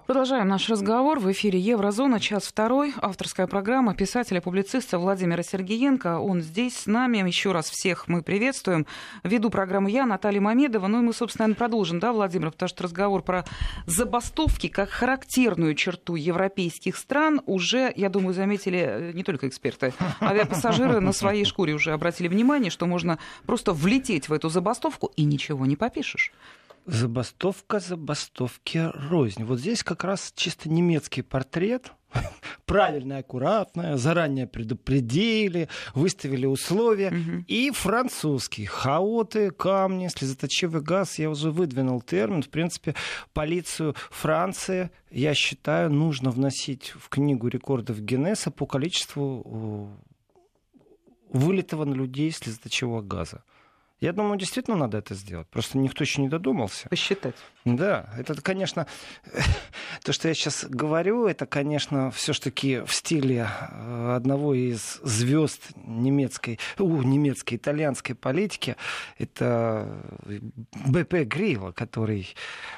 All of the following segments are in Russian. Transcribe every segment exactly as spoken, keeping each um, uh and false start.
Продолжаем наш разговор. В эфире «Еврозона», час второй. Авторская программа писателя-публициста Владимира Сергеенко. Он здесь с нами. Еще раз всех мы приветствуем. Веду программу я, Наталья Мамедова. Ну и мы, собственно, продолжим, да, Владимир? Потому что разговор про забастовки как характерную черту европейских стран уже, я думаю, заметили не только эксперты. Авиапассажиры на своей шкуре уже обратили внимание, что можно просто влететь в эту забастовку и ничего не попишешь. Забастовка, забастовки рознь. Вот здесь как раз чисто немецкий портрет. Правильная, аккуратная, заранее предупредили, выставили условия. Угу. И французский. Хаоты, камни, слезоточивый газ. Я уже выдвинул термин. В принципе, полицию Франции, я считаю, нужно вносить в книгу рекордов Гиннесса по количеству вылитого на людей слезоточивого газа. Я думаю, действительно надо это сделать. Просто никто еще не додумался. Посчитать. Да, это, конечно, то, что я сейчас говорю, это, конечно, все-таки в стиле одного из звезд немецкой, у, немецкой, итальянской политики. Это Бэ Пэ Грилло, который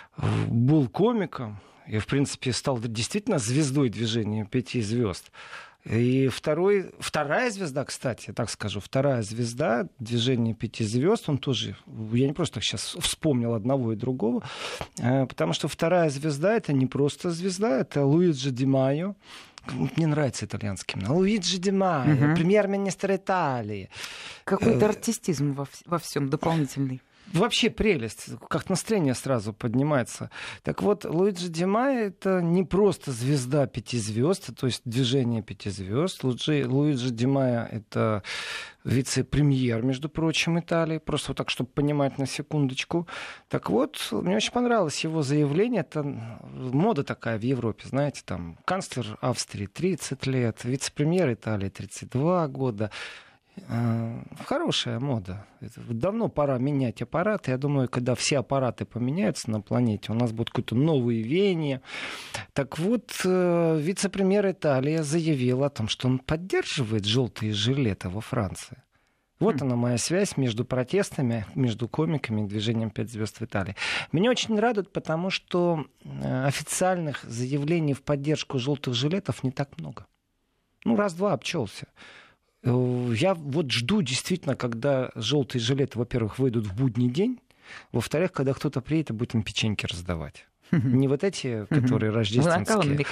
был комиком и, в принципе, стал действительно звездой движения пяти звезд. И второй, вторая звезда, кстати, так скажу, вторая звезда движения пяти звезд, он тоже, я не просто так сейчас вспомнил одного и другого, потому что вторая звезда — это не просто звезда, это Луиджи Ди Майо. Мне нравится итальянский имя. Луиджи Ди Майо, угу. Премьер-министр Италии. Какой-то артистизм во, во всем дополнительный. Вообще прелесть, как настроение сразу поднимается. Так вот, Луиджи Ди Майо — это не просто звезда пяти звезд, то есть движение пяти звезд. Луиджи, Луиджи Ди Майо — это вице-премьер, между прочим, Италии. Просто вот так, чтобы понимать на секундочку. Так вот, мне очень понравилось его заявление. Это мода такая в Европе, знаете, там канцлер Австрии тридцать лет, вице-премьер Италии тридцать два года. Хорошая мода. Давно пора менять аппараты. Я думаю, когда все аппараты поменяются на планете, у нас будет какое-то новое веяние. Так вот, вице-премьер Италии заявил о том, что он поддерживает желтые жилеты во Франции. Вот mm. она, моя связь между протестами, между комиками и движением пять звезд в Италии. Меня очень радует, потому что официальных заявлений в поддержку желтых жилетов не так много. Ну, раз-два обчелся. Я вот жду действительно, когда желтые жилеты, во-первых, выйдут в будний день, во-вторых, когда кто-то приедет и будет им печеньки раздавать. Не вот эти, которые рождественские.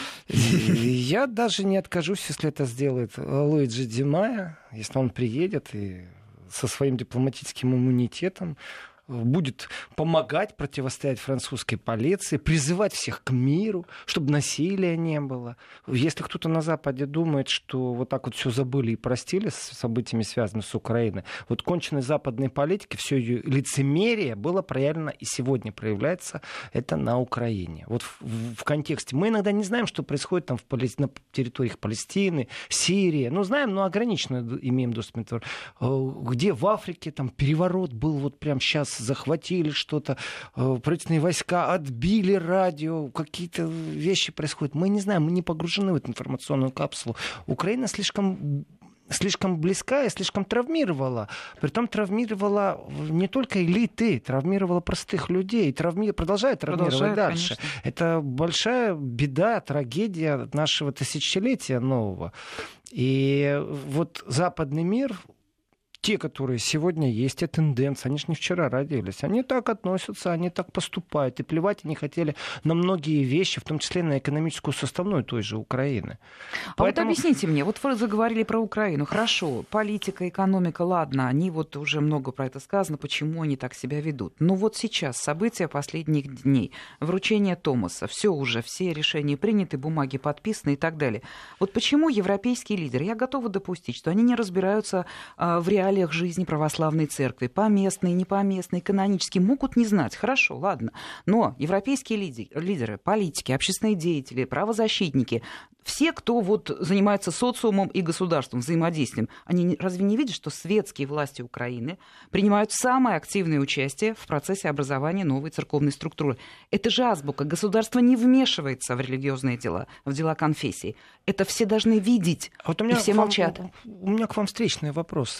Я даже не откажусь, если это сделает Луиджи Ди Майо, если он приедет и со своим дипломатическим иммунитетом будет помогать противостоять французской полиции, призывать всех к миру, чтобы насилия не было. Если кто-то на Западе думает, что вот так вот все забыли и простили с событиями, связанными с Украиной, вот конченной западной политики, все ее лицемерие было проявлено и сегодня проявляется это на Украине. Вот в, в, в контексте. Мы иногда не знаем, что происходит там в Пале... на территориях Палестины, Сирии. Ну, знаем, но ограниченно имеем доступ. Где в Африке там переворот был вот прямо сейчас, захватили что-то, правительственные войска отбили радио, какие-то вещи происходят. Мы не знаем, мы не погружены в эту информационную капсулу. Украина слишком, слишком близка и слишком травмировала. Притом травмировала не только элиты, травмировала простых людей, травми... продолжает травмировать продолжает, дальше. Конечно. Это большая беда, трагедия нашего тысячелетия нового. И вот западный мир... Те, которые сегодня есть, те тенденции, они же не вчера родились. Они так относятся, они так поступают. И плевать они хотели на многие вещи, в том числе на экономическую составную той же Украины. А Поэтому... вот объясните мне, вот вы заговорили про Украину. Хорошо, политика, экономика, ладно, они вот уже много про это сказано, почему они так себя ведут. Но вот сейчас события последних дней, вручение Томаса, все уже, все решения приняты, бумаги подписаны и так далее. Вот почему европейские лидеры, я готова допустить, что они не разбираются а, в реальности жизни православной церкви, поместные, непоместные, канонические, могут не знать. Хорошо, ладно. Но европейские лидеры, лидеры, политики, общественные деятели, правозащитники, все, кто вот занимается социумом и государством, взаимодействием, они разве не видят, что светские власти Украины принимают самое активное участие в процессе образования новой церковной структуры? Это же азбука. Государство не вмешивается в религиозные дела, в дела конфессий. Это все должны видеть, а вот у меня и все вам, молчат. У меня к вам встречный вопрос сразу же.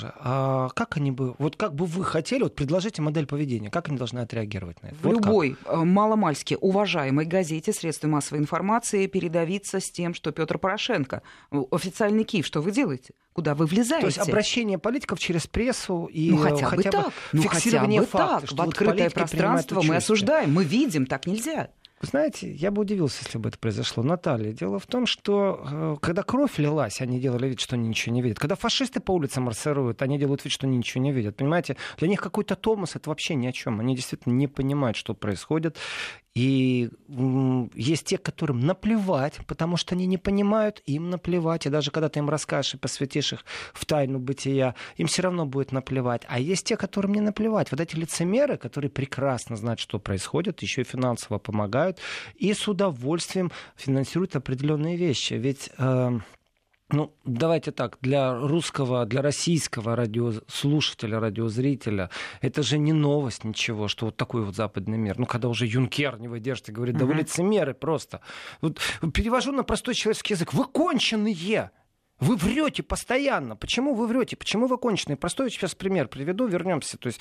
тоже. А как они бы, вот как бы вы хотели, вот предложите модель поведения, как они должны отреагировать на это? В вот любой как? маломальски уважаемой газете, средстве массовой информации передавиться с тем, что Петр Порошенко, официальный Киев, что вы делаете? Куда вы влезаете? То есть обращение политиков через прессу и ну, хотя, хотя бы бы так. Ну, фиксирование хотя бы факта, так. что В вот открытое пространство мы осуждаем, мы видим, так нельзя. Вы знаете, я бы удивился, если бы это произошло. Наталья, дело в том, что когда кровь лилась, они делали вид, что они ничего не видят. Когда фашисты по улицам маршируют, они делают вид, что они ничего не видят. Понимаете, для них какой-то томос — это вообще ни о чем. Они действительно не понимают, что происходит. И м- есть те, которым наплевать, потому что они не понимают, им наплевать. И даже когда ты им расскажешь и посвятишь их в тайну бытия, им все равно будет наплевать. А есть те, которым не наплевать. Вот эти лицемеры, которые прекрасно знают, что происходит, еще и финансово помогают, и с удовольствием финансируют определенные вещи. Ведь... Э- Ну, давайте так, для русского, для российского радиослушателя, радиозрителя, это же не новость ничего, что вот такой вот западный мир. Ну, когда уже Юнкер не выдержит и говорит, да вы лицемеры просто. Вот перевожу на простой человеческий язык. Вы конченые! Вы врете постоянно. Почему вы врете? Почему вы конченые? Простой сейчас пример приведу, вернемся. То есть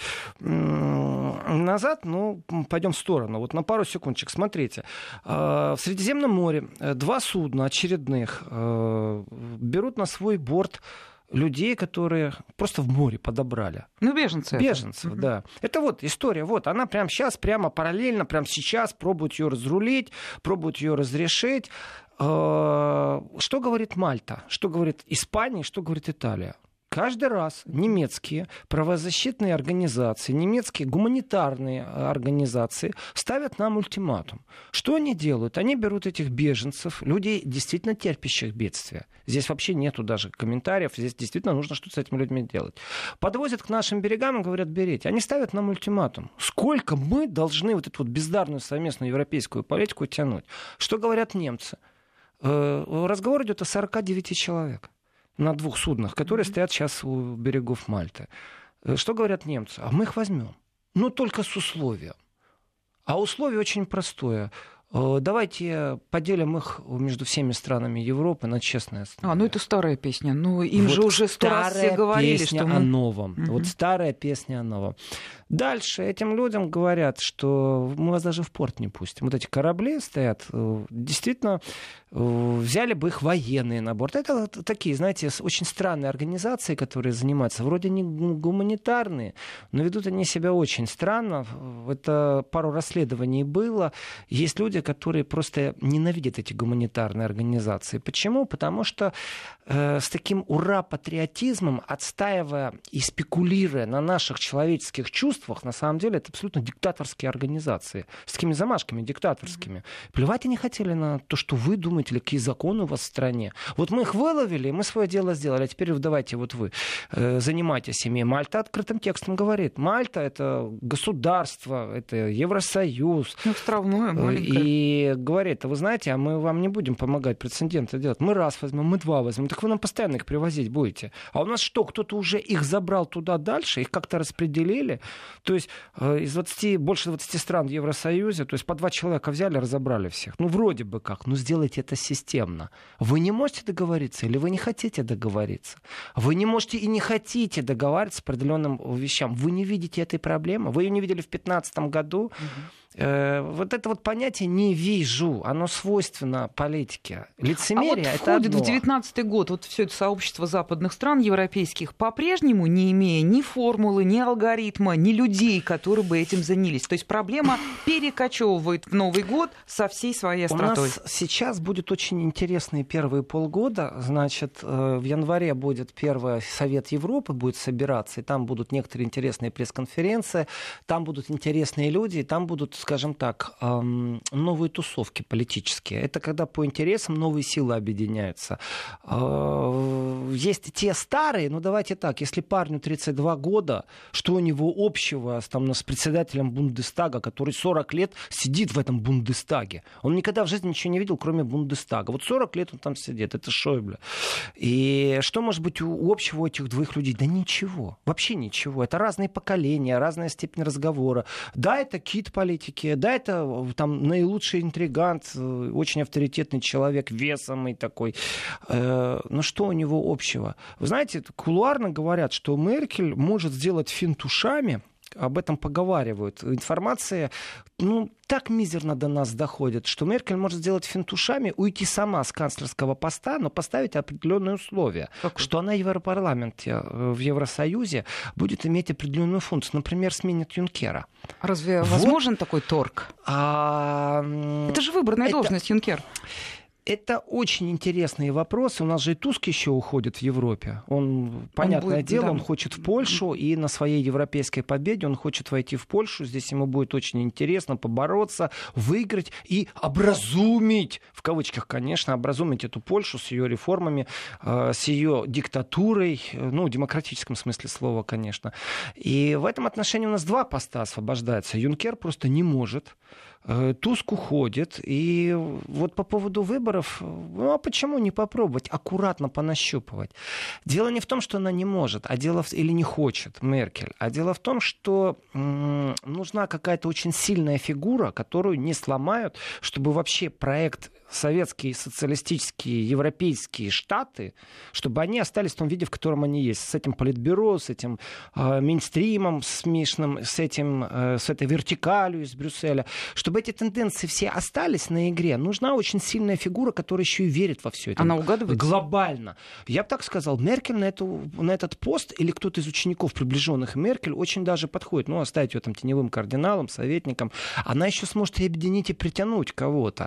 назад, ну, пойдем в сторону. Вот на пару секундочек. Смотрите. В Средиземном море два судна очередных берут на свой борт людей, которые просто в море подобрали. Ну, беженцы. Беженцев, это. да. Это вот история. Вот она прямо сейчас, прямо параллельно, прямо сейчас пробуют ее разрулить, пробуют ее разрешить. Что говорит Мальта? Что говорит Испания? Что говорит Италия? Каждый раз немецкие правозащитные организации, немецкие гуманитарные организации ставят нам ультиматум. Что они делают? Они берут этих беженцев, людей, действительно терпящих бедствия. Здесь вообще нету даже комментариев. Здесь действительно нужно что-то с этими людьми делать. Подвозят к нашим берегам и говорят, берите. Они ставят нам ультиматум. Сколько мы должны вот эту вот бездарную совместную европейскую политику тянуть? Что говорят немцы? Разговор идет о сорока девяти человек на двух суднах, которые mm-hmm. стоят сейчас у берегов Мальты. Что говорят немцы? А мы их возьмем. Но только с условием. А условие очень простое. Давайте поделим их между всеми странами Европы на честное слово. А, ну это старая песня. Ну им вот же уже сто раз все говорили, песня что мы... о новом. Угу. Вот старая песня о новом. Дальше этим людям говорят, что мы вас даже в порт не пустим. Вот эти корабли стоят, действительно, взяли бы их военные на борт. Это такие, знаете, очень странные организации, которые занимаются, вроде не гуманитарные, но ведут они себя очень странно. Это пару расследований было. Есть люди, которые просто ненавидят эти гуманитарные организации. Почему? Потому что э, с таким ура-патриотизмом, отстаивая и спекулируя на наших человеческих чувствах, на самом деле это абсолютно диктаторские организации. С такими замашками диктаторскими. Mm-hmm. Плевать они хотели на то, что вы думаете, или какие законы у вас в стране. Вот мы их выловили, мы свое дело сделали, а теперь давайте вот вы э, занимайтесь ими. Мальта открытым текстом говорит. Мальта — это государство, это Евросоюз. Ну, островное, маленькое. И говорит, а вы знаете, а мы вам не будем помогать прецеденты делать. Мы раз возьмем, мы два возьмем. Так вы нам постоянно их привозить будете. А у нас что, кто-то уже их забрал туда дальше, их как-то распределили? То есть э, из двадцати, больше двадцати стран в Евросоюзе, то есть по два человека взяли, разобрали всех. Ну, вроде бы как, но сделайте это системно. Вы не можете договориться или вы не хотите договориться? Вы не можете и не хотите договариваться по определенным вещам. Вы не видите этой проблемы? Вы ее не видели в две тысячи пятнадцатом году? Угу. Вот это вот понятие «не вижу», оно свойственно политике. Лицемерие а вот — это входит одно. В девятнадцатый год вот все это сообщество западных стран европейских, по-прежнему не имея ни формулы, ни алгоритма, ни людей, которые бы этим занялись. То есть проблема перекочевывает в Новый год со всей своей остротой. У нас сейчас будет очень интересные первые полгода. Значит, в январе будет первый Совет Европы, будет собираться, и там будут некоторые интересные пресс-конференции, там будут интересные люди, и там будут, скажем так, новые тусовки политические. Это когда по интересам новые силы объединяются. Есть те старые, ну давайте так, если парню тридцать два года, что у него общего там, с председателем Бундестага, который сорок лет сидит в этом Бундестаге? Он никогда в жизни ничего не видел, кроме Бундестага. Вот сорок лет он там сидит, это Шойбле. И что может быть у общего у этих двух людей? Да ничего, вообще ничего. Это разные поколения, разная степень разговора. Да, это кит политики, политике. Да, это там наилучший интригант, очень авторитетный человек, весомый такой. Но что у него общего? Вы знаете, кулуарно говорят, что Меркель может сделать финт ушами. Об этом поговаривают. Информация, ну, так мизерно до нас доходит, что Меркель может сделать финт ушами, уйти сама с канцлерского поста, но поставить определенные условия. Какой? Что она в Европарламенте, в Евросоюзе будет иметь определенную функцию. Например, сменит Юнкера. Разве вот. возможен такой торг? А... Это же выборная это... должность, Юнкер. Это очень интересные вопросы. У нас же и Туск еще уходит в Европе. Он, понятное он будет, дело, да. он хочет в Польшу, и на своей европейской победе он хочет войти в Польшу. Здесь ему будет очень интересно побороться, выиграть и образумить, в кавычках, конечно, образумить эту Польшу с ее реформами, с ее диктатурой, ну, в демократическом смысле слова, конечно. И в этом отношении у нас два поста освобождаются. Юнкер просто не может. Туск уходит. И вот по поводу выборов, ну а почему не попробовать аккуратно понащупывать? Дело не в том, что она не может, а дело в... или не хочет, Меркель, а дело в том, что м- нужна какая-то очень сильная фигура, которую не сломают, чтобы вообще проект советские, социалистические, европейские штаты, чтобы они остались в том виде, в котором они есть. С этим политбюро, с этим э, мейнстримом смешным, с, этим, э, с этой вертикалью из Брюсселя. Чтобы эти тенденции все остались на игре, нужна очень сильная фигура, которая еще и верит во все это. Она угадывает? Глобально. Я бы так сказал, Меркель на, эту, на этот пост или кто-то из учеников, приближенных Меркель, очень даже подходит. Ну, оставить ее там теневым кардиналом, советником. Она еще сможет и объединить, и притянуть кого-то.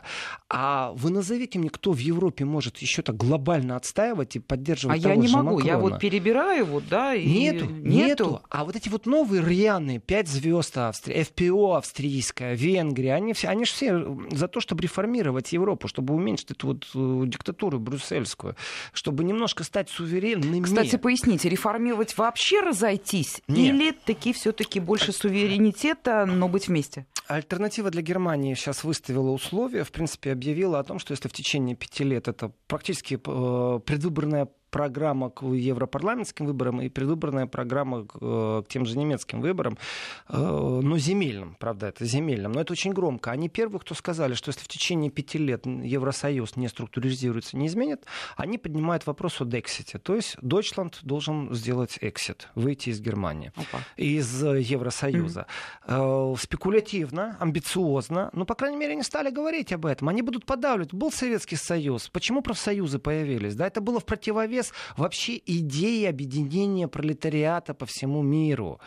А вы назовите мне, кто в Европе может еще так глобально отстаивать и поддерживать а того я не же могу, Макрона? Я вот перебираю, вот, да, и... Нету, нету, нету. А вот эти вот новые рьяные, пять звезд Австрии, эф пи о австрийская, Венгрия, они, все, они же все за то, чтобы реформировать Европу, чтобы уменьшить эту вот uh, диктатуру брюссельскую, чтобы немножко стать суверенными. Кстати, поясните, реформировать вообще разойтись? Нет. Или таки все-таки больше суверенитета, но быть вместе? Альтернатива для Германии сейчас выставила условия, в принципе, объявила о том, что если в течение пяти лет это практически э, предвыборная программа к европарламентским выборам и предвыборная программа к, к тем же немецким выборам, э, но земельным, правда, это земельным, но это очень громко. Они первые, кто сказали, что если в течение пяти лет Евросоюз не структуризируется, не изменит, они поднимают вопрос о Дексите. То есть Дойчланд должен сделать эксит, выйти из Германии, Опа. из Евросоюза. Mm-hmm. Э, спекулятивно, амбициозно, но, по крайней мере, они стали говорить об этом. Они будут подавливать. Был Советский Союз. Почему профсоюзы появились? Да, это было в противовес вообще идеи объединения пролетариата по всему миру.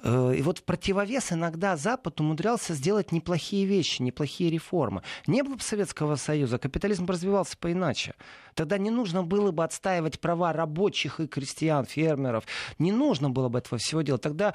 И вот в противовес иногда Запад умудрялся сделать неплохие вещи, неплохие реформы. Не было бы Советского Союза, капитализм бы развивался поиначе. Тогда не нужно было бы отстаивать права рабочих и крестьян, фермеров. Не нужно было бы этого всего делать. Тогда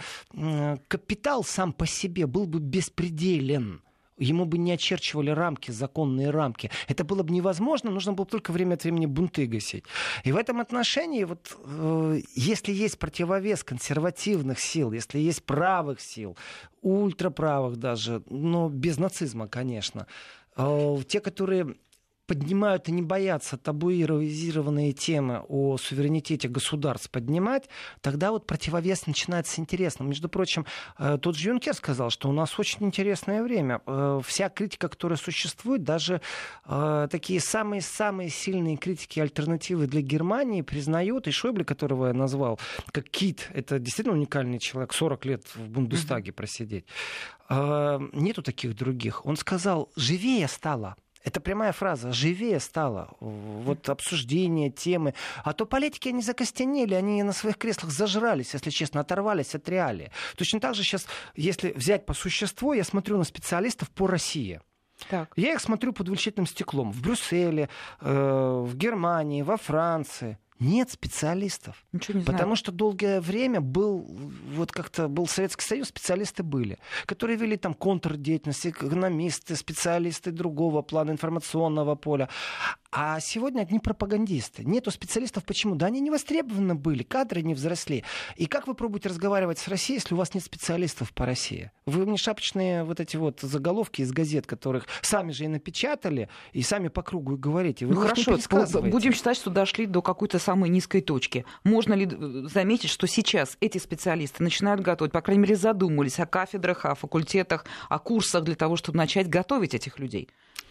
капитал сам по себе был бы беспределен. Ему бы не очерчивали рамки, законные рамки. Это было бы невозможно, нужно было только время от времени бунты гасить. И в этом отношении, вот, э, если есть противовес консервативных сил, если есть правых сил, ультраправых даже, но без нацизма, конечно, э, те, которые поднимают и не боятся табуированные темы о суверенитете государств поднимать, тогда вот противовес начинается интересно. Между прочим, тот же Юнкер сказал, что у нас очень интересное время. Вся критика, которая существует, даже такие самые-самые сильные критики альтернативы для Германии признают, и Шойбле, которого я назвал как кит, это действительно уникальный человек, сорок лет в Бундестаге mm-hmm. просидеть. Нету таких других. Он сказал, живее стало. Это прямая фраза. Живее стало. Вот обсуждение, темы. А то политики, они закостенели, они на своих креслах зажрались, если честно, оторвались от реалии. Точно так же сейчас, если взять по существу, я смотрю на специалистов по России. Так. Я их смотрю под увеличительным стеклом. В Брюсселе, э, в Германии, во Франции. Нет специалистов. Ничего не потому знаю. что долгое время был, вот как-то был Советский Союз, специалисты были, которые вели там контрдеятельность, экономисты, специалисты другого плана, информационного поля. А сегодня одни пропагандисты. Нету специалистов. Почему? Да они не востребованы были, кадры не взросли. И как вы пробуете разговаривать с Россией, если у вас нет специалистов по России? Вы мне шапочные вот эти вот заголовки из газет, которых сами же и напечатали, и сами по кругу и говорите. Вы ну хорошо, будем считать, что дошли до какой-то самой низкой точки. Можно ли заметить, что сейчас эти специалисты начинают готовить, по крайней мере, задумались о кафедрах, о факультетах, о курсах для того, чтобы начать готовить этих людей?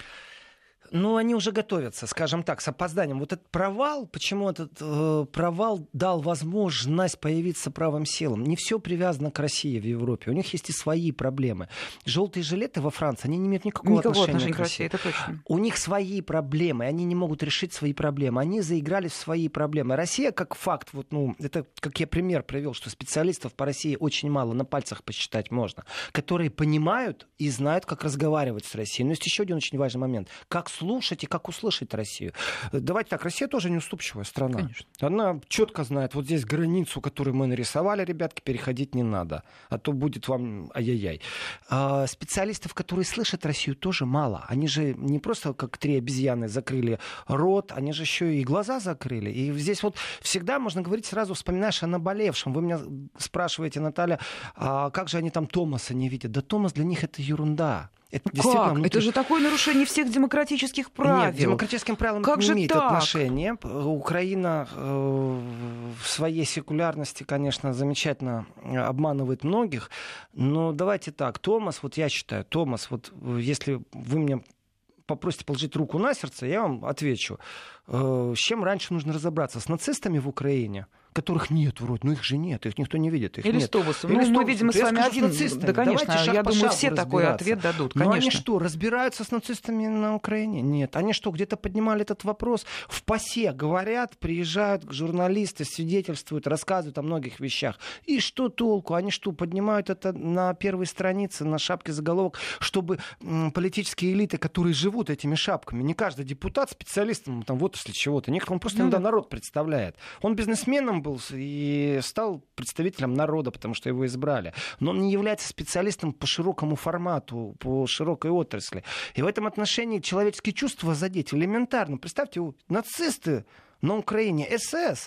Ну, они уже готовятся, скажем так, с опозданием. Вот этот провал, почему этот э, провал дал возможность появиться правым силам? Не все привязано к России в Европе. У них есть и свои проблемы. Желтые жилеты во Франции, они не имеют никакого, никакого отношения, отношения к России. Это точно. У них свои проблемы, они не могут решить свои проблемы. Они заиграли в свои проблемы. Россия, как факт, вот, ну, это как я пример привел, что специалистов по России очень мало, на пальцах посчитать можно, которые понимают и знают, как разговаривать с Россией. Но есть еще один очень важный момент. Как слушать и как услышать Россию. Давайте так, Россия тоже неуступчивая страна. Конечно. Она четко знает, вот здесь границу, которую мы нарисовали, ребятки, переходить не надо, а то будет вам ай-яй-яй. А, специалистов, которые слышат Россию, тоже мало. Они же не просто как три обезьяны закрыли рот, они же еще и глаза закрыли. И здесь вот всегда можно говорить, сразу вспоминаешь о наболевшем. Вы меня спрашиваете, Наталья, а как же они там Томаса не видят? Да Томас для них это ерунда. Это, как? Внутри... это же такое нарушение всех демократических правил. Нет, к демократическим правилам как не же имеет так? отношения. Украина э, в своей секулярности, конечно, замечательно обманывает многих. Но давайте так. Томас, вот я считаю, Томас, вот если вы мне попросите положить руку на сердце, я вам отвечу. Э, с чем раньше нужно разобраться? С нацистами в Украине? Которых нет вроде, ну их же нет, их никто не видит. Их Или нет. с Томасом. Ну, мы, видимо, с вами один. Да, конечно, я думаю, все такой ответ дадут, конечно. Но они что, разбираются с нацистами на Украине? Нет. Они что, где-то поднимали этот вопрос? В ПАСЕ говорят, приезжают журналисты, свидетельствуют, рассказывают о многих вещах. И что толку? Они что, поднимают это на первой странице, на шапке заголовок, чтобы м, политические элиты, которые живут этими шапками, не каждый депутат специалистом там, в отрасли чего-то, некоторым он просто ну, иногда да. народ представляет. Он бизнесменом был и стал представителем народа, потому что его избрали. Но он не является специалистом по широкому формату, по широкой отрасли. И в этом отношении человеческие чувства задеть элементарно. Представьте, нацисты на Украине, эс эс,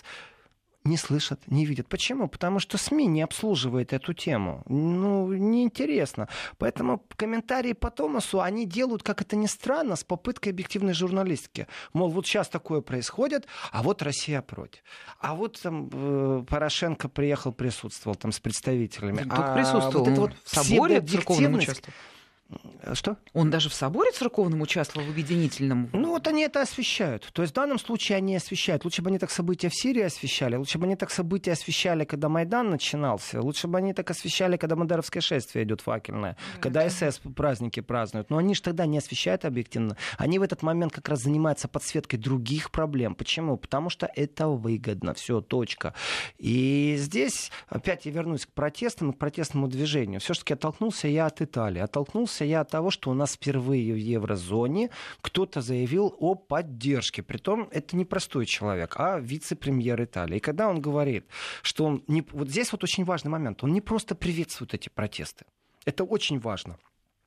не слышат, не видят. Почему? Потому что СМИ не обслуживает эту тему. Ну, неинтересно. Поэтому комментарии по Томасу, они делают, как это ни странно, с попыткой объективной журналистики. Мол, вот сейчас такое происходит, а вот Россия против. А вот там э, Порошенко приехал, присутствовал там с представителями. Тут а присутствовал. Вот это вот в соборе церковном участвовал. Что? Он даже в соборе церковном участвовал, в объединительном? Ну, вот они это освещают. То есть в данном случае они освещают. Лучше бы они так события в Сирии освещали, лучше бы они так события освещали, когда Майдан начинался, лучше бы они так освещали, когда Бандеровское шествие идет факельное, да, когда да. эс эс праздники празднуют. Но они же тогда не освещают объективно. Они в этот момент как раз занимаются подсветкой других проблем. Почему? Потому что это выгодно. Все, точка. И здесь опять я вернусь к протестам, к протестному движению. Все-таки оттолкнулся я от Италии. Оттолкнулся я от того, что у нас впервые в еврозоне кто-то заявил о поддержке. Притом это не простой человек, а вице-премьер Италии. И когда он говорит, что он... Не... Вот здесь вот очень важный момент. Он не просто приветствует эти протесты. Это очень важно.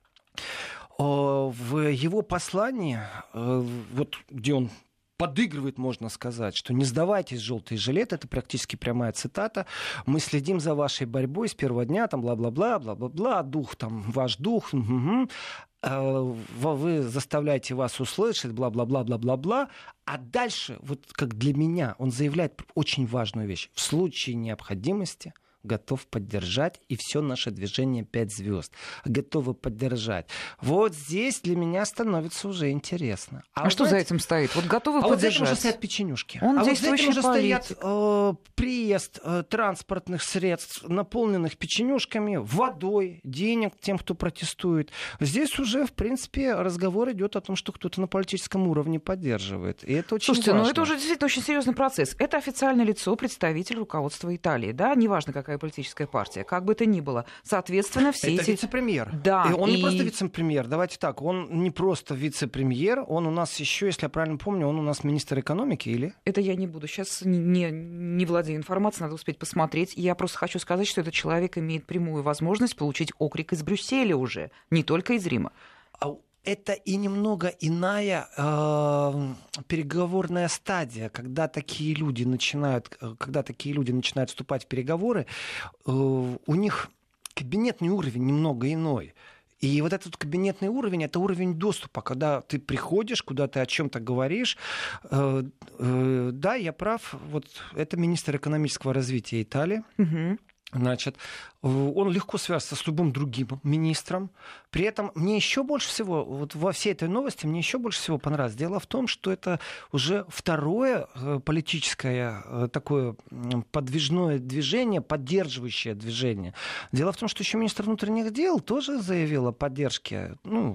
В его послании, вот где он подыгрывает, можно сказать, что не сдавайтесь, желтые жилеты, это практически прямая цитата, мы следим за вашей борьбой с первого дня, там, бла-бла-бла, бла-бла-бла, дух, там, ваш дух, угу. Вы заставляете вас услышать, бла-бла-бла, бла-бла-бла, а дальше, вот как для меня, он заявляет очень важную вещь, в случае необходимости готов поддержать, и все наше движение пять звезд. Готовы поддержать. Вот здесь для меня становится уже интересно. А, а что за этим стоит? Вот готовы а поддержать. Вот за этим уже стоят печенюшки. Он а действующий вот за этим уже политик. стоят э, приезд э, транспортных средств, наполненных печенюшками, водой, денег тем, кто протестует. Здесь уже, в принципе, разговор идет о том, что кто-то на политическом уровне поддерживает. И это очень Слушайте, важно. ну это уже действительно очень серьезный процесс. Это официальное лицо, представитель руководства Италии. Да? Неважно, какая политическая партия, как бы то ни было. Соответственно, все это эти... вице-премьер. Да. И он и... не просто вице-премьер, давайте так, он не просто вице-премьер, он у нас еще, если я правильно помню, он у нас министр экономики или? Это я не буду. Сейчас не, не владею информацией, надо успеть посмотреть. Я просто хочу сказать, что этот человек имеет прямую возможность получить окрик из Брюсселя уже, не только из Рима. А это и немного иная э, переговорная стадия, когда такие люди начинают, когда такие люди начинают вступать в переговоры, э, у них кабинетный уровень немного иной. И вот этот кабинетный уровень — это уровень доступа, когда ты приходишь, куда ты о чем-то говоришь. Э, э, да, я прав, вот это министр экономического развития Италии. Угу. Значит, он легко связывается с любым другим министром. При этом мне еще больше всего, вот во всей этой новости, мне еще больше всего понравилось. Дело в том, что это уже второе политическое такое подвижное движение, поддерживающее движение. Дело в том, что еще министр внутренних дел тоже заявил о поддержке, ну,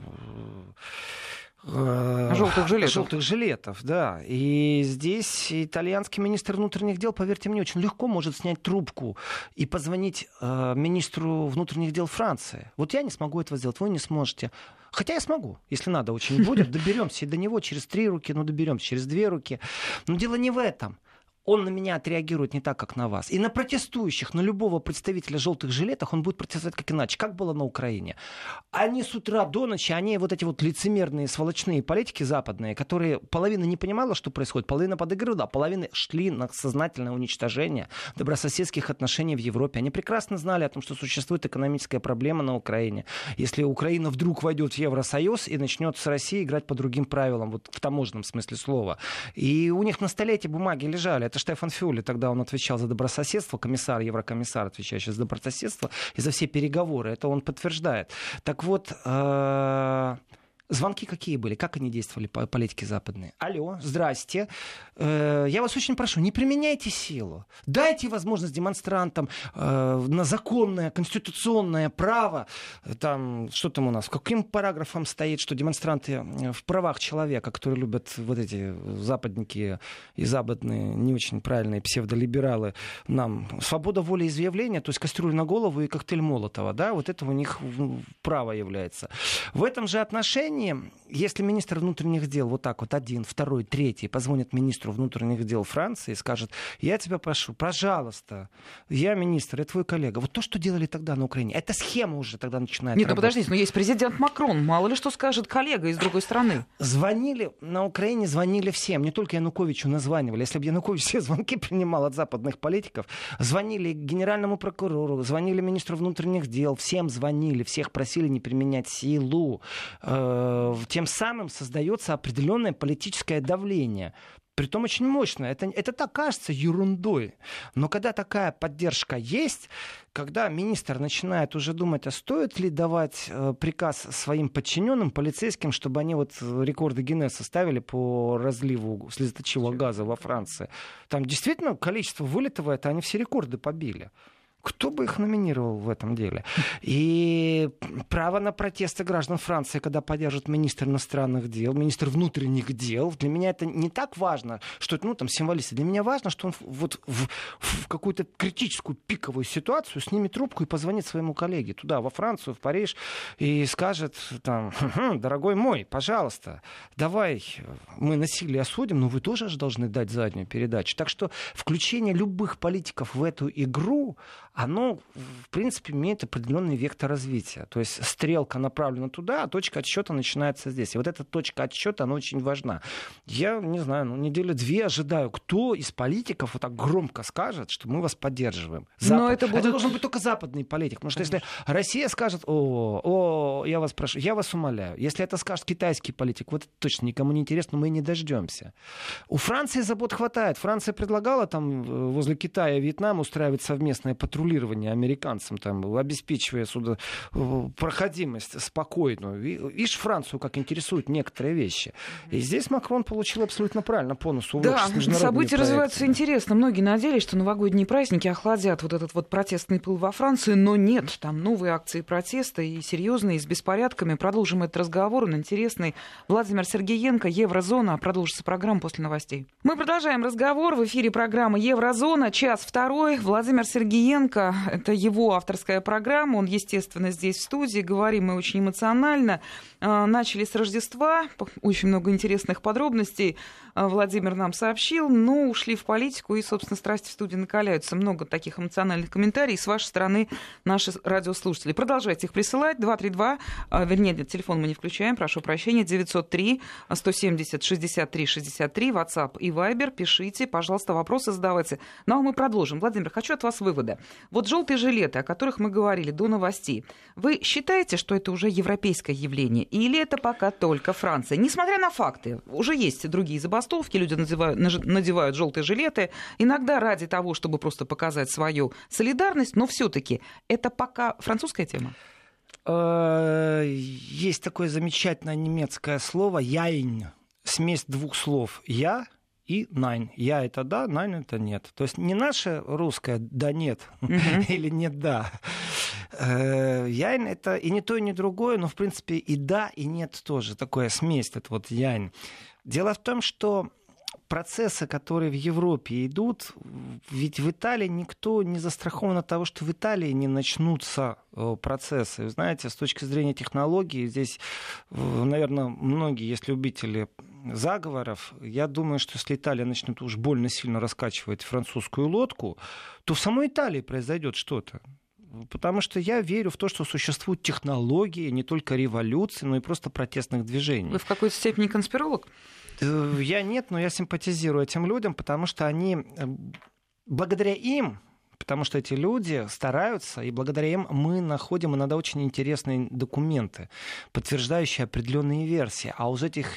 Желтых жилетов. Желтых жилетов, да. И здесь итальянский министр внутренних дел, поверьте мне, очень легко может снять трубку и позвонить э, министру внутренних дел Франции. Вот я не смогу этого сделать, вы не сможете. Хотя я смогу, если надо очень будет. Доберемся и до него через три руки, ну доберемся через две руки. Но дело не в этом. Он на меня отреагирует не так, как на вас. И на протестующих, на любого представителя желтых жилетов он будет протестовать как иначе. Как было на Украине. Они с утра до ночи, они вот эти вот лицемерные, сволочные политики западные, которые половина не понимала, что происходит, половина подыгрывала, а половина шли на сознательное уничтожение добрососедских отношений в Европе. Они прекрасно знали о том, что существует экономическая проблема на Украине. Если Украина вдруг войдет в Евросоюз и начнет с Россией играть по другим правилам, вот в таможенном смысле слова. И у них на столе эти бумаги лежали. Это Штефан Фюле, тогда он отвечал за добрососедство, комиссар, еврокомиссар, отвечающий за добрососедство, и за все переговоры. Это он подтверждает. Так вот, звонки какие были? Как они действовали, политики западные? Алло, здрасте. Я вас очень прошу, не применяйте силу. Дайте возможность демонстрантам на законное, конституционное право. Там, что там у нас? Каким параграфом стоит, что демонстранты в правах человека, которые любят вот эти западники и западные, не очень правильные псевдолибералы, нам свобода воли изъявления, то есть кастрюлю на голову и коктейль Молотова, да, вот это у них право является. В этом же отношении, если министр внутренних дел вот так вот один, второй, третий позвонит министру внутренних дел Франции и скажет: я тебя прошу, пожалуйста, я министр, я твой коллега. Вот то, что делали тогда на Украине, эта схема уже тогда начинает Нет, работать. ну подождите, но есть президент Макрон, мало ли что скажет коллега из другой страны. Звонили, на Украине звонили всем, не только Януковичу названивали. Если бы Янукович все звонки принимал от западных политиков, звонили генеральному прокурору, звонили министру внутренних дел, всем звонили, всех просили не применять силу. Тем самым создается определенное политическое давление. Притом очень мощное. Это, это так кажется ерундой. Но когда такая поддержка есть, когда министр начинает уже думать, а стоит ли давать э, приказ своим подчиненным, полицейским, чтобы они вот рекорды Гиннесса ставили по разливу слезоточивого газа во Франции. Там действительно количество вылетов, это они все рекорды побили. Кто бы их номинировал в этом деле? И право на протесты граждан Франции, когда поддержит министр иностранных дел, министр внутренних дел, для меня это не так важно, что это, ну, там, символисты. Для меня важно, что он вот в, в какую-то критическую пиковую ситуацию снимет трубку и позвонит своему коллеге туда, во Францию, в Париж, и скажет, там, дорогой мой, пожалуйста, давай мы насилие осудим, но вы тоже же должны дать заднюю передачу. Так что включение любых политиков в эту игру, оно, в принципе, имеет определенный вектор развития. То есть стрелка направлена туда, а точка отсчета начинается здесь. И вот эта точка отсчета, она очень важна. Я, не знаю, ну, неделю-две ожидаю, кто из политиков вот так громко скажет, что мы вас поддерживаем. Запад. Но это, будут... это должен быть только западный политик. Потому что если Россия скажет: о, о, я вас прошу, я вас умоляю. Если это скажет китайский политик, вот это точно никому не интересно, мы не дождемся. У Франции забот хватает. Франция предлагала там возле Китая и Вьетнама устраивать совместное патрулирование американцам, там, обеспечивая сюда проходимость спокойную. Видишь, Францию как интересуют некоторые вещи. И здесь Макрон получил абсолютно правильно по носу. Да, события развиваются интересно. Многие надеялись, что новогодние праздники охладят вот этот вот протестный пыл во Франции, но нет. Там новые акции протеста и серьезные, и с беспорядками. Продолжим этот разговор. Он интересный. Владимир Сергеенко, Еврозона. Продолжится программа после новостей. Мы продолжаем разговор. В эфире программа Еврозона. Час второй. Владимир Сергеенко, Романенко. Это его авторская программа. Он, естественно, здесь в студии. Говорим мы очень эмоционально. Начали с Рождества. Очень много интересных подробностей Владимир нам сообщил. Но ушли в политику. И, собственно, страсти в студии накаляются. Много таких эмоциональных комментариев. С вашей стороны наши радиослушатели. Продолжайте их присылать. два три два. Вернее, телефон мы не включаем. Прошу прощения. девятьсот три сто семьдесят шестьдесят три шестьдесят три. WhatsApp и Viber. Пишите, пожалуйста, вопросы задавайте. Ну, а мы продолжим. Владимир, хочу от вас вывода. Вот желтые жилеты, о которых мы говорили до новостей, вы считаете, что это уже европейское явление? Или это пока только Франция? Несмотря на факты, уже есть другие забастовки, люди надевают, надевают желтые жилеты, иногда ради того, чтобы просто показать свою солидарность, но все-таки это пока французская тема? Есть такое замечательное немецкое слово «яйн», смесь двух слов «я» и «найн». «Я» — это «да», «найн» — это «нет». То есть не наше русское «да», «нет» uh-huh. или «нет», «да». Яйн — это и не то, и не другое, но, в принципе, и «да», и «нет» тоже. Такая смесь, это вот яйн. Дело в том, что процессы, которые в Европе идут, ведь в Италии никто не застрахован от того, что в Италии не начнутся процессы. Вы знаете, с точки зрения технологий, здесь, наверное, многие, есть любители заговоров, я думаю, что если Италия начнет уж больно сильно раскачивать французскую лодку, то в самой Италии произойдет что-то. Потому что я верю в то, что существуют технологии не только революции, но и просто протестных движений. Вы в какой-то степени конспиролог? Я нет, но я симпатизирую этим людям, потому что они, благодаря им, потому что эти люди стараются, и благодаря им мы находим иногда очень интересные документы, подтверждающие определенные версии. А уже, этих,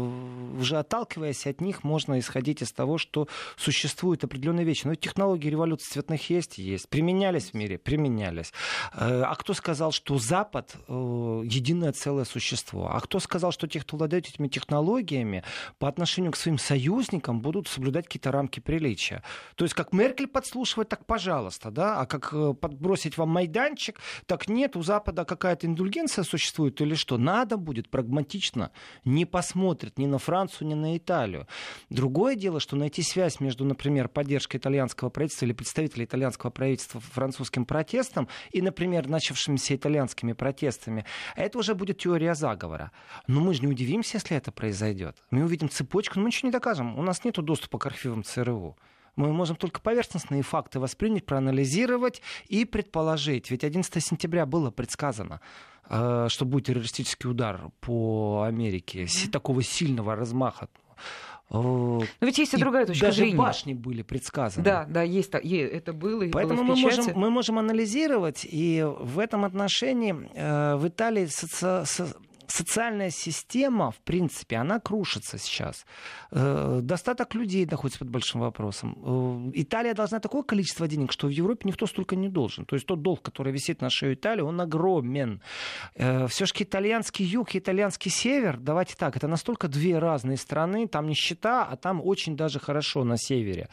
уже отталкиваясь от них, можно исходить из того, что существуют определенные вещи. Но технологии революции цветных есть? Есть. Применялись в мире? Применялись. А кто сказал, что Запад единое целое существо? А кто сказал, что те, кто владеет этими технологиями, по отношению к своим союзникам будут соблюдать какие-то рамки приличия? То есть как Меркель подслушивает, так пожалуйста. Пожалуйста, да, а как подбросить вам майданчик, так нет, у Запада какая-то индульгенция существует или что? Надо будет прагматично, не посмотрит ни на Францию, ни на Италию. Другое дело, что найти связь между, например, поддержкой итальянского правительства или представителей итальянского правительства французским протестом и, например, начавшимися итальянскими протестами, это уже будет теория заговора. Но мы же не удивимся, если это произойдет. Мы увидим цепочку, но мы ничего не докажем. У нас нет доступа к архивам ЦРУ. Мы можем только поверхностные факты воспринять, проанализировать и предположить. Ведь одиннадцатого сентября было предсказано, что будет террористический удар по Америке mm-hmm. такого сильного размаха. Но ведь есть и, и другая точка даже зрения. Даже башни были предсказаны. Да, да, есть, это было, и Поэтому было в мы, печати. можем, мы можем анализировать, и в этом отношении э, в Италии соци... со... социальная система, в принципе, она крушится сейчас. Достаток людей находится под большим вопросом. Италия должна такое количество денег, что в Европе никто столько не должен. То есть тот долг, который висит на шею Италии, он огромен. Все-таки итальянский юг и итальянский север, давайте так, это настолько две разные страны, там нищета, а там очень даже хорошо на севере.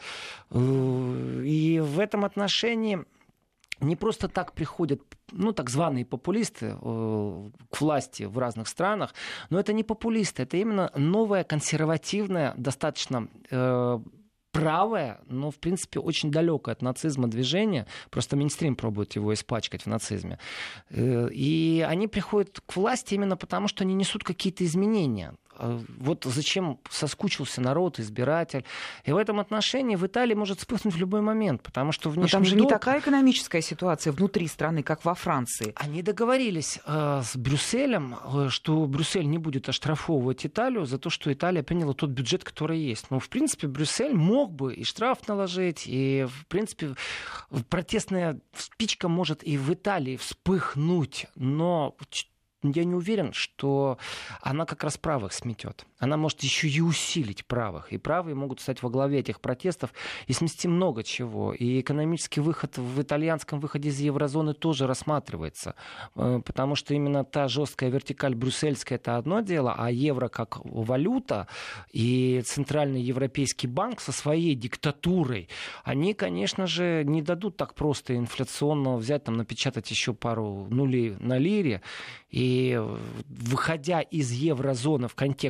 И в этом отношении не просто так приходят, ну, так званые популисты э, к власти в разных странах, но это не популисты, это именно новое, консервативное, достаточно э, правое, но, в принципе, очень далекое от нацизма движение, просто мейнстрим пробует его испачкать в нацизме. Э, и они приходят к власти именно потому, что они несут какие-то изменения. Вот зачем соскучился народ, избиратель. И в этом отношении в Италии может вспыхнуть в любой момент, потому что внешний Но там же долг... не такая экономическая ситуация внутри страны, как во Франции. Они договорились э, с Брюсселем, э, что Брюссель не будет оштрафовывать Италию за то, что Италия приняла тот бюджет, который есть. Но, в принципе, Брюссель мог бы и штраф наложить, и, в принципе, протестная спичка может и в Италии вспыхнуть, но... Я не уверен, что она как раз правых сметет. Она может еще и усилить правых. И правые могут стать во главе этих протестов и смести много чего. И экономический выход в итальянском выходе из еврозоны тоже рассматривается. Потому что именно та жесткая вертикаль брюссельская — это одно дело, а евро как валюта и Центральный Европейский банк со своей диктатурой, они, конечно же, не дадут так просто инфляционно взять, там, напечатать еще пару нулей на лире. И выходя из еврозоны в контексте вот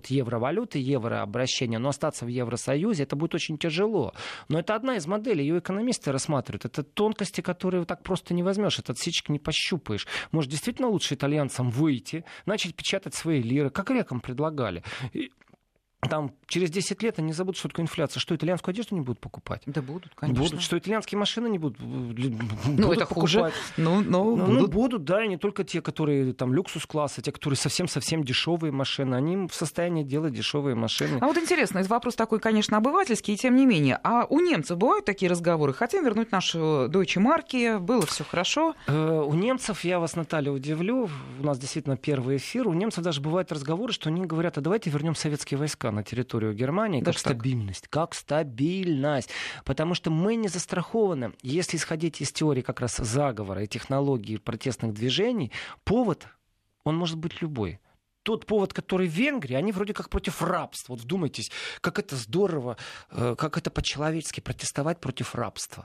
евровалюты, еврообращения, но остаться в Евросоюзе, это будет очень тяжело. Но это одна из моделей, ее экономисты рассматривают. Это тонкости, которые так просто не возьмешь, этот сечек не пощупаешь. Может, действительно лучше итальянцам выйти, начать печатать свои лиры, как грекам предлагали. И там через десять лет они не забудут, что такое инфляция. Что, итальянскую одежду не будут покупать? Да будут, конечно. Будут. Что, итальянские машины не будут, ну, будут это покупать? Хуже. Ну, но ну, будут. ну, будут, да, и не только те, которые там люксус-класса, те, которые совсем-совсем дешевые машины. Они в состоянии делать дешевые машины. А вот интересно, это вопрос такой, конечно, обывательский, и тем не менее. А у немцев бывают такие разговоры? Хотим вернуть нашу Deutsche Mark, было все хорошо? Э, у немцев, я вас, Наталья, удивлю, у нас действительно первый эфир, у немцев даже бывают разговоры, что они говорят, а давайте вернем советские войска на территорию Германии. Германии, как стабильность, как стабильность. Потому что мы не застрахованы. Если исходить из теории как раз заговора и технологии протестных движений, повод, он может быть любой. Тот повод, который в Венгрии, они вроде как против рабства. Вот вдумайтесь, как это здорово, как это по-человечески протестовать против рабства.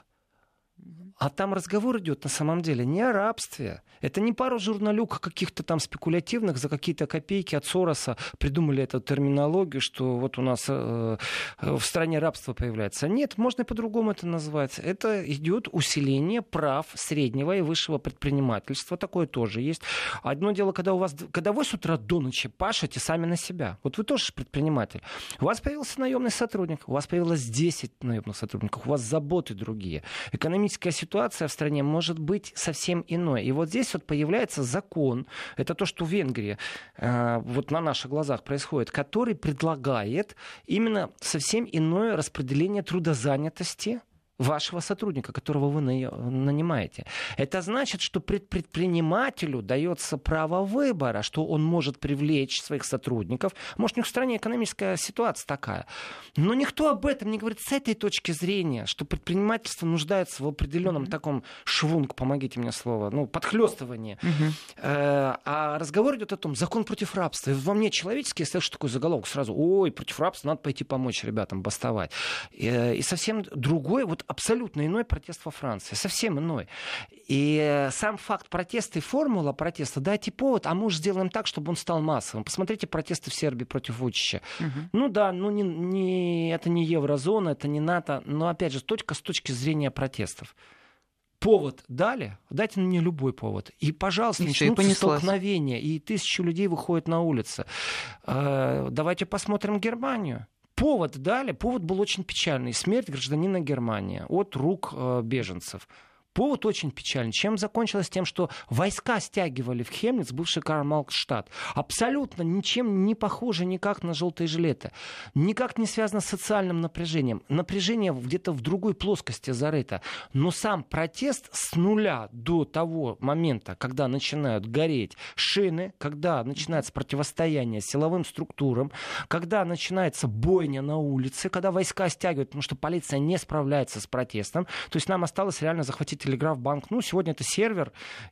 А там разговор идет на самом деле не о рабстве. Это не пару журналюк каких-то там спекулятивных за какие-то копейки от Сороса придумали эту терминологию, что вот у нас э, в стране рабство появляется. Нет, можно и по-другому это назвать. Это идет усиление прав среднего и высшего предпринимательства. Такое тоже есть. Одно дело, когда у вас, когда вы с утра до ночи пашете сами на себя. Вот вы тоже предприниматель. У вас появился наемный сотрудник, у вас появилось десять наемных сотрудников, у вас заботы другие. Экономическая ситуация в стране может быть совсем иной. И вот здесь вот появляется закон, это то, что в Венгрии э, вот на наших глазах происходит, который предлагает именно совсем иное распределение трудозанятости вашего сотрудника, которого вы нанимаете. Это значит, что предпринимателю дается право выбора, что он может привлечь своих сотрудников. Может, у них в стране экономическая ситуация такая. Но никто об этом не говорит с этой точки зрения, что предпринимательство нуждается в определенном mm-hmm. таком швунг, помогите мне слово, ну, подхлёстывании. Mm-hmm. А разговор идет о том, закон против рабства. И во мне человеческий, я слышу такой заголовок сразу, ой, против рабства надо пойти помочь ребятам бастовать. И совсем другой, вот абсолютно иной протест во Франции, совсем иной. И сам факт протеста и формула протеста, дайте повод, а мы уж сделаем так, чтобы он стал массовым. Посмотрите протесты в Сербии против Вучича. Угу. Ну да, ну не, не, это не еврозона, это не НАТО, но опять же, точка с точки зрения протестов. Повод дали, дайте мне любой повод. И, пожалуйста, и начнутся столкновения, и тысячи людей выходят на улицы. Давайте посмотрим Германию. Повод дали, повод был очень печальный. Смерть гражданина Германии от рук э, беженцев. Повод очень печальный. Чем закончилось? Тем, что войска стягивали в Хемниц, бывший Карл-Маркс-штадт. Абсолютно ничем не похоже никак на желтые жилеты. Никак не связано с социальным напряжением. Напряжение где-то в другой плоскости зарыто. Но сам протест с нуля до того момента, когда начинают гореть шины, когда начинается противостояние силовым структурам, когда начинается бойня на улице, когда войска стягивают, потому что полиция не справляется с протестом. То есть нам осталось реально захватить Телеграф-банк. Ну, сегодня это сервер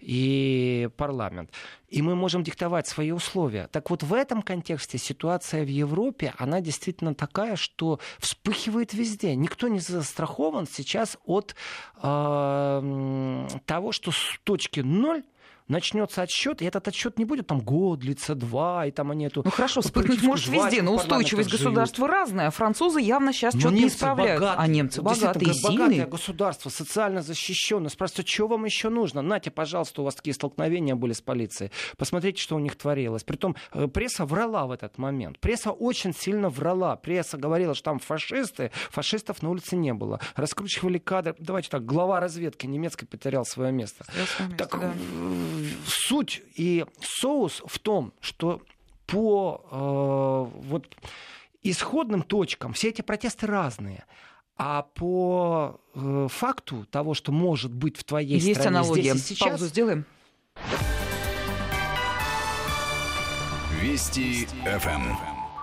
и парламент. И мы можем диктовать свои условия. Так вот, в этом контексте ситуация в Европе, она действительно такая, что вспыхивает везде. Никто не застрахован сейчас от э, того, что с точки ноль начнется отсчет, и этот отсчет не будет там год, длится два, и там они эту... Ну хорошо, вспыхнуть может везде, но устойчивость государства разная. Французы явно сейчас что-то не исправляют. Богатые, а немцы богатые и сильные. Богатое государство, социально защищенное. Спрашивают, что вам еще нужно? Нате, пожалуйста, у вас такие столкновения были с полицией. Посмотрите, что у них творилось. Притом пресса врала в этот момент. Пресса очень сильно врала. Пресса говорила, что там фашисты. Фашистов на улице не было. Раскручивали кадры. Давайте так, глава разведки немецкой потерял свое место. место так, да. Суть и соус в том, что по э, вот, исходным точкам все эти протесты разные. А по э, факту того, что может быть в твоей есть стране аналогия. Здесь и сейчас... Паузу сделаем. Вести эф эм.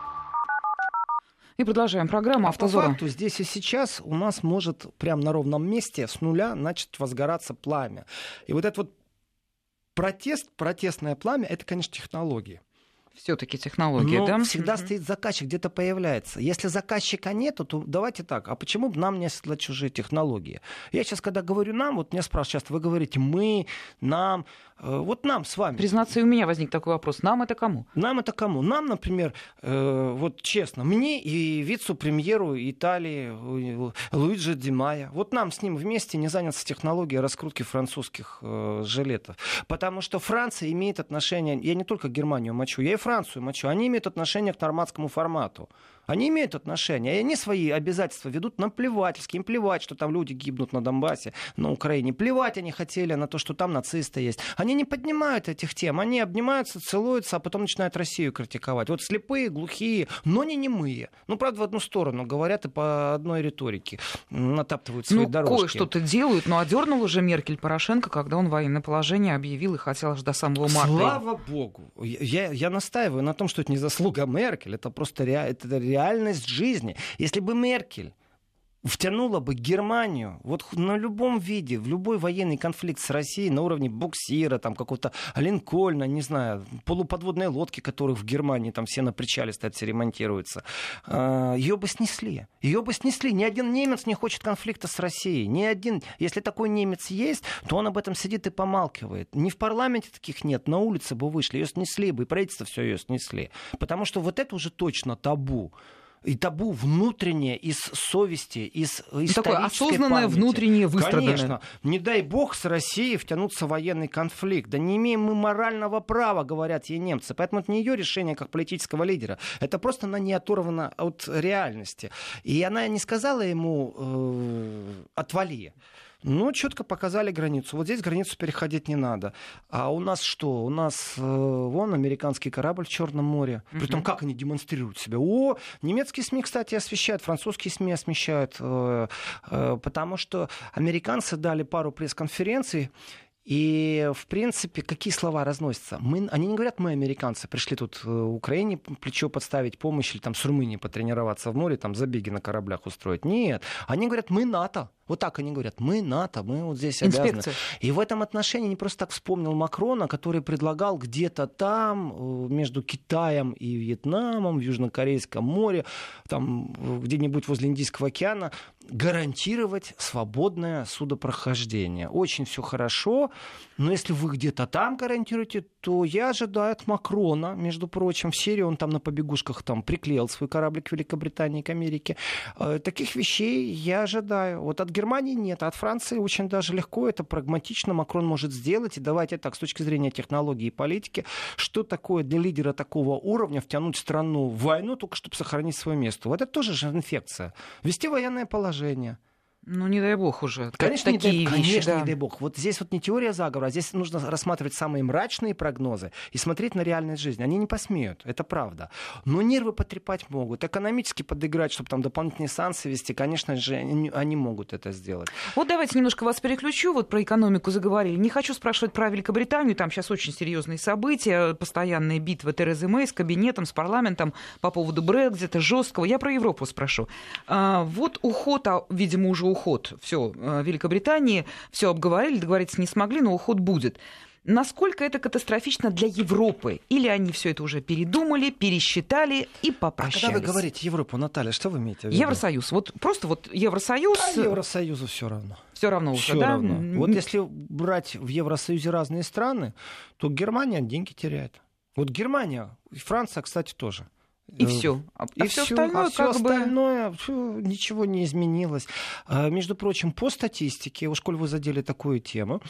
И продолжаем программу «Автозора». А по факту здесь и сейчас у нас может прямо на ровном месте с нуля начать возгораться пламя. И вот это вот протест, протестное пламя, это, конечно, технологии. Все-таки технология, но да? всегда угу. стоит заказчик, где-то появляется. Если заказчика нету, то давайте так, а почему бы нам не оседлать чужие технологии? Я сейчас, когда говорю нам, вот меня спрашивают часто, вы говорите мы, нам, э, вот нам с вами. Признаться, и у меня возник такой вопрос. Нам это кому? Нам это кому? Нам, например, э, вот честно, мне и вице-премьеру Италии Луиджи Ди Майо, вот нам с ним вместе не заняться технологией раскрутки французских э, жилетов. Потому что Франция имеет отношение, я не только Германию мочу, я и Францию мочу, они имеют отношение к нормандскому формату. Они имеют отношение, и они свои обязательства ведут наплевательски. Им плевать, что там люди гибнут на Донбассе, на Украине. Плевать они хотели на то, что там нацисты есть. Они не поднимают этих тем. Они обнимаются, целуются, а потом начинают Россию критиковать. Вот слепые, глухие, но не немые. Ну, правда, в одну сторону говорят и по одной риторике натаптывают свои ну, дорожки. Кое-что-то делают, но одернула же Меркель Порошенко, когда он военное положение объявил и хотел аж до самого марта. Слава богу! Я, я настаиваю на том, что это не заслуга Меркель, это просто ре, это реально реальность жизни. Если бы Меркель втянула бы Германию вот на любом виде, в любой военный конфликт с Россией на уровне буксира, там какого-то Линкольна, не знаю, полуподводной лодки, которых в Германии там все на причале стоят, все ремонтируются, ее бы снесли. Ее бы снесли. Ни один немец не хочет конфликта с Россией. Ни один. Если такой немец есть, то он об этом сидит и помалкивает. Ни в парламенте таких нет, на улице бы вышли, ее снесли бы, и правительство все ее снесли. Потому что вот это уже точно табу. И табу внутреннее, из совести, из исторической такое осознанное памяти. Внутреннее выстраданное. Конечно. Не дай бог с Россией втянуться в военный конфликт. Да не имеем мы морального права, говорят ей немцы. Поэтому это не ее решение как политического лидера. Это просто она не оторвана от реальности. И она не сказала ему э, «отвали». Ну, четко показали границу. Вот здесь границу переходить не надо. А у нас что? У нас э, вон американский корабль в Черном море. Uh-huh. Притом, как они демонстрируют себя? О, немецкие СМИ, кстати, освещают, французские СМИ освещают. Э, э, потому что американцы дали пару пресс-конференций. И, в принципе, какие слова разносятся? Мы, они не говорят, мы, американцы, пришли тут в Украине плечо подставить, помощь, или там с Румынией потренироваться в море, там забеги на кораблях устроить. Нет. Они говорят, мы НАТО. Вот так они говорят, мы НАТО, мы вот здесь Инспекция. обязаны. И в этом отношении не просто так вспомнил Макрона, который предлагал где-то там, между Китаем и Вьетнамом, в Южнокорейском море, там где-нибудь возле Индийского океана, гарантировать свободное судопрохождение. Очень все хорошо, но если вы где-то там гарантируете, то я ожидаю от Макрона, между прочим, в Сирии он там на побегушках там приклеил свой кораблик к Великобритании, к Америке. Таких вещей я ожидаю. Вот от Германии нет, а от Франции очень даже легко, это прагматично Макрон может сделать. И давайте так, с точки зрения технологии и политики, что такое для лидера такого уровня втянуть страну в войну, только чтобы сохранить свое место? Вот это тоже же инфекция. Ввести военное положение. Ну, не дай бог уже. Конечно, такие не дай, вещи, конечно да. не дай бог. Вот здесь вот не теория заговора, а здесь нужно рассматривать самые мрачные прогнозы и смотреть на реальность жизни. Они не посмеют, это правда. Но нервы потрепать могут. Экономически подыграть, чтобы там дополнительные санкции вести, конечно же, они, они могут это сделать. Вот давайте немножко вас переключу. Вот про экономику заговорили. Не хочу спрашивать про Великобританию. Там сейчас очень серьезные события, постоянные битвы Терезы Мэй с кабинетом, с парламентом по поводу Брексита, жесткого. Я про Европу спрошу. А, вот уход, а, видимо, уже уход. Все, Великобритании все обговорили, договориться не смогли, но уход будет. Насколько это катастрофично для Европы? Или они все это уже передумали, пересчитали и попрощались? А когда вы говорите Европу, Наталья, что вы имеете в виду? Евросоюз. Вот просто вот Евросоюз... А Евросоюзу все равно. Все равно уже, Всё да? равно. Вот если брать в Евросоюзе разные страны, то Германия деньги теряет. Вот Германия, и Франция, кстати, тоже. И все. А, и а все всё, остальное, а всё как остальное бы... фу, ничего не изменилось. А, между прочим, по статистике, уж коль вы задели такую тему,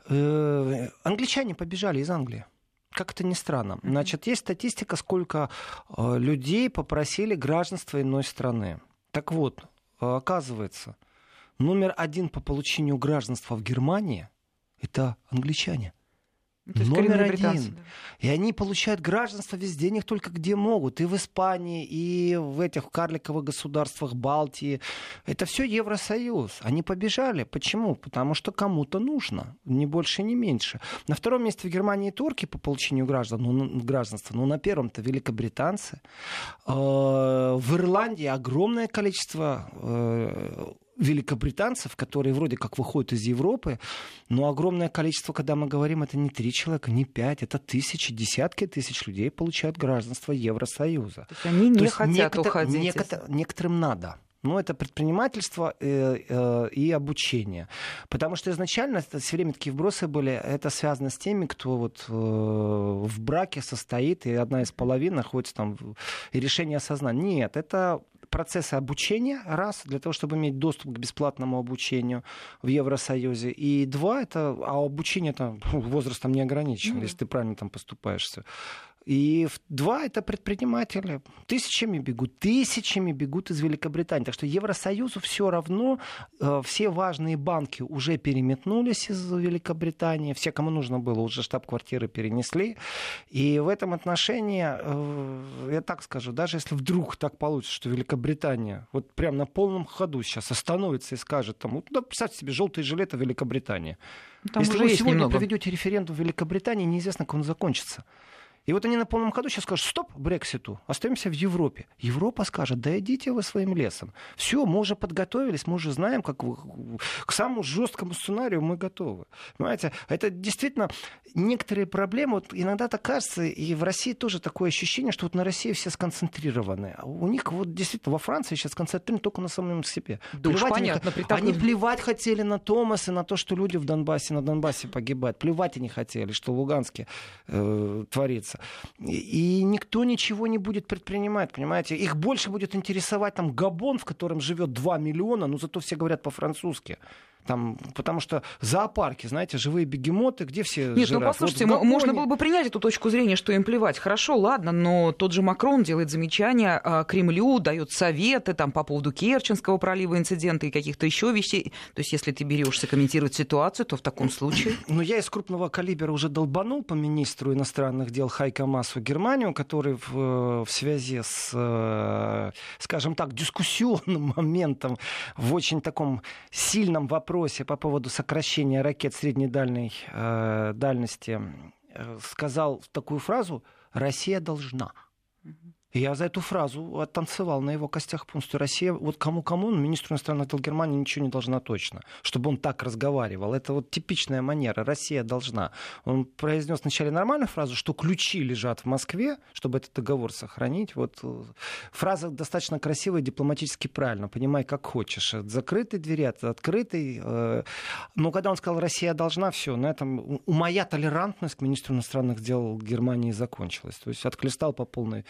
э, англичане побежали из Англии. Как это ни странно. Значит, есть статистика, сколько э, людей попросили гражданство иной страны. Так вот, э, оказывается, номер один по получению гражданства в Германии — это англичане. То есть номер один. Да. И они получают гражданство везде, не только где могут. И в Испании, и в этих карликовых государствах Балтии. Это все Евросоюз. Они побежали. Почему? Потому что кому-то нужно. Ни больше, ни меньше. На втором месте в Германии турки по получению граждан, ну, гражданства. Но на первом-то великобританцы. В Ирландии огромное количество великобританцев, которые вроде как выходят из Европы, но огромное количество, когда мы говорим, это не три человека, не пять, это тысячи, десятки тысяч людей получают гражданство Евросоюза. То есть они не То есть хотят некотор- уходить. некотор- некоторым надо. Но это предпринимательство э, э, и обучение. Потому что изначально это все время такие вбросы были, это связано с теми, кто вот, э, в браке состоит, и одна из половин находится там, и решение осознания. Нет, это процессы обучения, раз, для того, чтобы иметь доступ к бесплатному обучению в Евросоюзе. И два, это, а обучение там, возрастом не ограничено, mm-hmm. если ты правильно там поступаешь. И два, это предприниматели. Тысячами бегут, тысячами бегут из Великобритании. Так что Евросоюзу все равно, э, все важные банки уже переметнулись из Великобритании. Все, кому нужно было, уже штаб-квартиры перенесли. И в этом отношении, э, я так скажу, даже если вдруг так получится, что Великобритания вот прям на полном ходу сейчас остановится и скажет, там, вот, да, представьте себе, желтые жилеты Великобритании. Там если уже вы есть сегодня немного. проведете референдум в Великобритании, неизвестно, как он закончится. И вот они на полном ходу сейчас скажут, стоп Брекситу, остаемся в Европе. Европа скажет, да идите вы своим лесом. Все, мы уже подготовились, мы уже знаем, как вы... к самому жесткому сценарию мы готовы. Понимаете, это действительно некоторые проблемы. Вот иногда так кажется, и в России тоже такое ощущение, что вот на России все сконцентрированы. А у них вот действительно во Франции сейчас сконцентрированы только на самом себе. Да уж понятно, они, при такой... они плевать хотели на Томас и на то, что люди в Донбассе, на Донбассе погибают. Плевать они хотели, что в Луганске э, творится. И никто ничего не будет предпринимать, понимаете? Их больше будет интересовать там Габон, в котором живет два миллиона, но зато все говорят по-французски. Там, потому что зоопарки, знаете, живые бегемоты, где все Нет, жирафы? ну послушайте, вот можно было бы принять эту точку зрения, что им плевать. Хорошо, ладно, но тот же Макрон делает замечания а, Кремлю, дает советы там, по поводу Керченского пролива инцидента и каких-то еще вещей. То есть если ты берешься комментировать ситуацию, то в таком случае... Ну, я из крупного калибра уже долбанул по министру иностранных дел Хайко Маасу Германию, который в, в связи с, скажем так, дискуссионным моментом в очень таком сильном вопросе по поводу сокращения ракет средней дальней, э, дальности э, сказал такую фразу «Россия должна». И я за эту фразу оттанцевал на его костях полностью. Россия, вот кому-кому, министру иностранных дел Германии ничего не должна точно, чтобы он так разговаривал. Это вот типичная манера. Россия должна. Он произнес вначале нормальную фразу, что ключи лежат в Москве, чтобы этот договор сохранить. Вот фраза достаточно красивая, дипломатически правильно. Понимай, как хочешь. От закрытой двери, от открытой. Но когда он сказал, Россия должна, все, на этом у моя толерантность к министру иностранных дел Германии закончилась. То есть отхлестал по полной.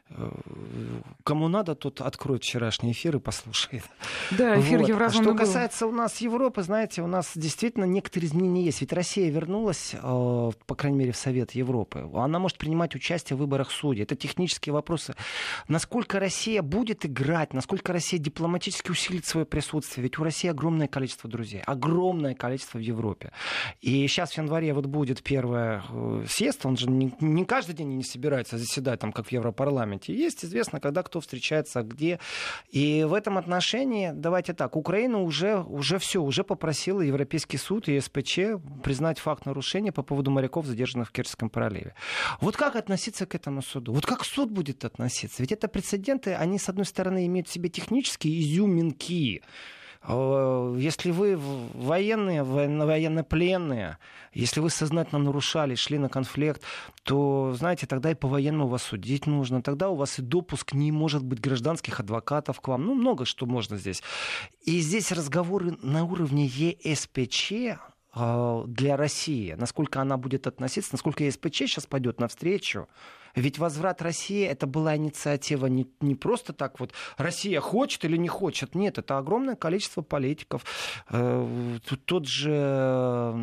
Кому надо, тот откроет вчерашний эфир и послушает. Да, эфир вот. Евразона Что был. касается у нас Европы, знаете, у нас действительно некоторые изменения есть. Ведь Россия вернулась, по крайней мере, в Совет Европы. Она может принимать участие в выборах судей. Это технические вопросы. Насколько Россия будет играть, насколько Россия дипломатически усилит свое присутствие. Ведь у России огромное количество друзей. Огромное количество в Европе. И сейчас в январе вот будет первый съезд. Он же не, не каждый день не собирается заседать, там, как в Европарламенте. Есть известно, когда кто встречается, где. И в этом отношении, давайте так, Украина уже, уже все, уже попросила Европейский суд и СПЧ признать факт нарушения по поводу моряков, задержанных в Керченском проливе. Вот как относиться к этому суду? Вот как суд будет относиться? Ведь это прецеденты, они, с одной стороны, имеют в себе технические изюминки. Если вы военные, военнопленные, если вы сознательно нарушали, шли на конфликт, то, знаете, тогда и по-военному вас судить нужно. Тогда у вас и допуск не может быть гражданских адвокатов к вам. Ну, много что можно здесь. И здесь разговоры на уровне ЕСПЧ для России, насколько она будет относиться, насколько ЕСПЧ сейчас пойдет навстречу. Ведь возврат России, это была инициатива не, не просто так вот, Россия хочет или не хочет. Нет, это огромное количество политиков. Тот же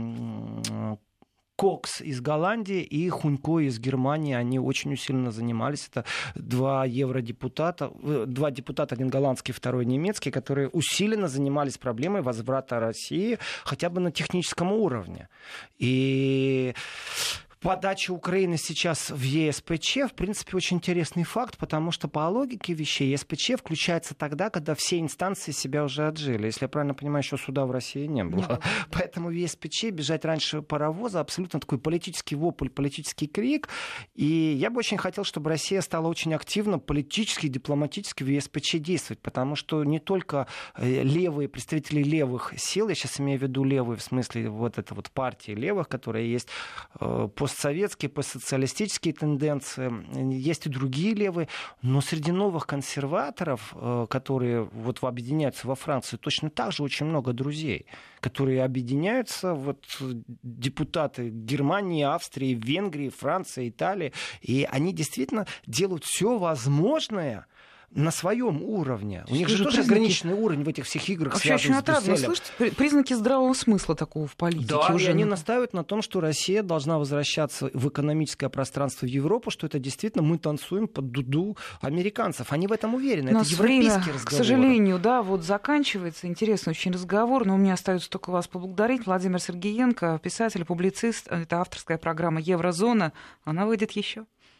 Кокс из Голландии и Хунько из Германии, они очень усиленно занимались. Это два евродепутата, два депутата, один голландский, второй немецкий, которые усиленно занимались проблемой возврата России хотя бы на техническом уровне. И Подача Украины сейчас в е эс пэ че, в принципе, очень интересный факт, потому что по логике вещей е эс пэ че включается тогда, когда все инстанции себя уже отжили. Если я правильно понимаю, еще суда в России не было. Не было. Поэтому в е эс пэ че бежать раньше паровоза абсолютно такой политический вопль, политический крик. И я бы очень хотел, чтобы Россия стала очень активно политически и дипломатически в е эс пэ че действовать, потому что не только левые, представители левых сил, я сейчас имею в виду левые в смысле вот этой вот партии левых, которая есть, постсоветские, постсоциалистические тенденции, есть и другие левые, но среди новых консерваторов, которые вот объединяются во Франции, точно так же очень много друзей, которые объединяются, вот депутаты Германии, Австрии, Венгрии, Франции, Италии, и они действительно делают все возможное на своем уровне. У них же тоже признаки... ограниченный уровень в этих всех играх. Вообще очень отрадно слышать признаки здравого смысла такого в политике. Да, уже и они настаивают на том, что Россия должна возвращаться в экономическое пространство в Европу, что это действительно мы танцуем под дуду американцев. Они в этом уверены. У это европейский разговор. К сожалению, да, вот заканчивается. Интересный очень разговор, но у меня остается только вас поблагодарить. Владимир Сергеенко, писатель, публицист. Это авторская программа «Еврозона». Она выйдет еще.